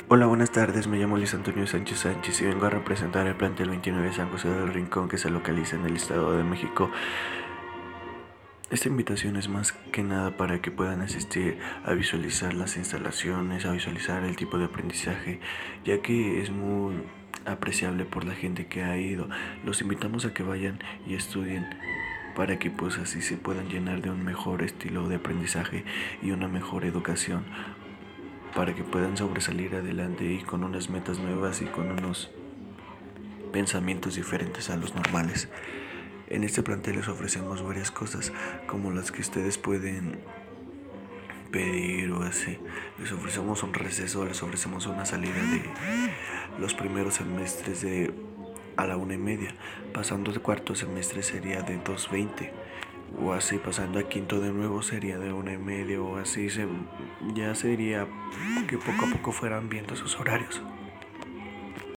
Hola, buenas tardes, me llamo Luis Antonio Sánchez Sánchez y vengo a representar el plantel 29 de San José del Rincón que se localiza en el Estado de México. Esta invitación es más que nada para que puedan asistir a visualizar las instalaciones, a visualizar el tipo de aprendizaje, ya que es muy apreciable por la gente que ha ido. Los invitamos a que vayan y estudien para que pues así se puedan llenar de un mejor estilo de aprendizaje y una mejor educación, para que puedan sobresalir adelante y con unas metas nuevas y con unos pensamientos diferentes a los normales. En este plantel les ofrecemos varias cosas como las que ustedes pueden pedir o así. Les ofrecemos un receso, les ofrecemos una salida de los primeros semestres de a la 1:30. Pasando de cuarto semestre sería de 2:20 o así, pasando a quinto de nuevo sería de 1:30 o así. Ya sería que poco a poco fueran viendo sus horarios.